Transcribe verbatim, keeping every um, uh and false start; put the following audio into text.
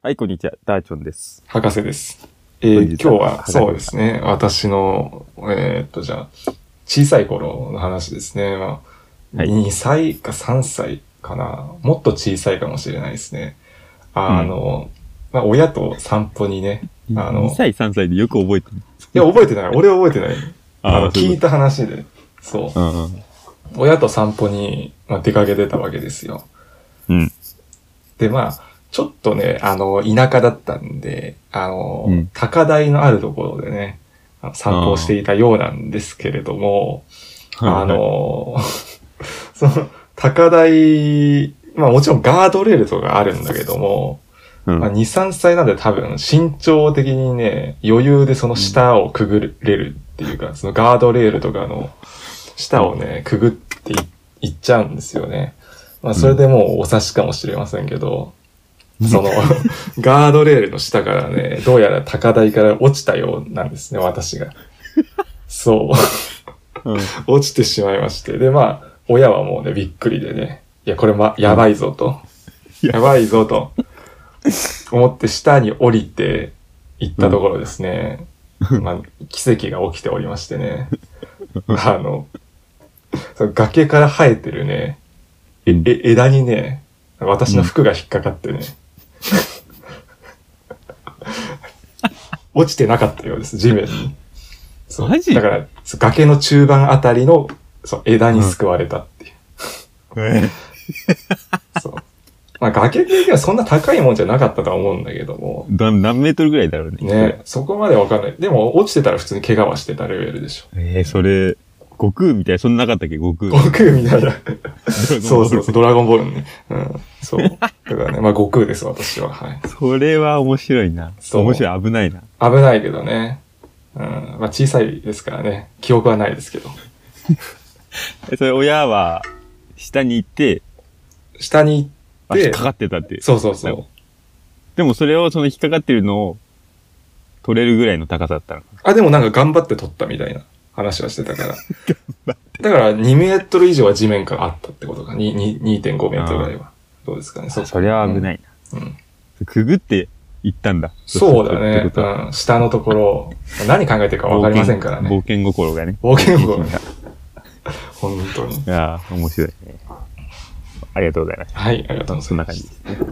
はい、こんにちは。ダーチョンです。 博士です。えー、今日はそうですね、私の、えー、っと、じゃあ、小さい頃の話ですね。まあ、はい、にさいかさんさいかな。もっと小さいかもしれないですね。あの、うん、まあ、親と散歩にね、あの、 にさいさんさいでよく覚えてる。いや、覚えてない。俺は覚えてない。あの、聞いた話で。そう。 うんうん、 親と散歩に、まあ、出かけてたわけですよ。 うん。 で、まあ、ちょっとね、あの、田舎だったんで、あの、うん、高台のあるところでね、散歩をしていたようなんですけれども、あ, あの、その、高台、まあもちろんガードレールとかあるんだけども、うん、まあ、に、さんさいなんで多分身長的にね、余裕でその下をくぐれるっていうか、うん、そのガードレールとかの下をね、くぐって い, いっちゃうんですよね。まあそれでもうお察しかもしれませんけど、その、ガードレールの下からね、どうやら高台から落ちたようなんですね、私が。そう、うん。落ちてしまいまして。で、まあ、親はもうね、びっくりでね、いや、これま、やばいぞと。うん、やばいぞと。思って下に降りて行ったところですね、うん、まあ、奇跡が起きておりましてね。あの、その崖から生えてるね、え、え、枝にね、私の服が引っかかってね、うん落ちてなかったようです、地面に。そう。マジ？だから、崖の中盤あたりのそう枝に救われたっていう。うん、そう。まあ、崖的にはそんな高いもんじゃなかったとは思うんだけども。 何メートルぐらいだろうね。 ね。そこまでわかんない。でも、落ちてたら普通に怪我はしてたレベルでしょ。 ええー、それ、悟空みたいな、そんななかったっけ悟空。 悟空みたいな。そうそうそう、ドラゴンボールね。うん。そう。だからね、まあ悟空です、私は。はい。 それは面白いな。そう。面白い、危ないな。 危ないけどね。うん。まあ小さいですからね。記憶はないですけど。 それ、親は、下に行って、 下に行って、 引っかかってたって。 そうそうそう。 でもそれを、その引っかかってるのを、取れるぐらいの高さだったのかな。 あ、でもなんか頑張って取ったみたいな。話はしてたから。だからにメートル以上は地面からあったってことか。に、に、にてんごメートルぐらいは。どうですかね。 そ, それは危ないな。うん。うん、くぐって行ったんだ。 そうだね。うん。下のところ、何考えてるかわかりませんからね。 冒険心がね。 冒険心が。本当に。いやー、面白いね。ありがとうございます。 はい、ありがとうございます。 そんな感じですね。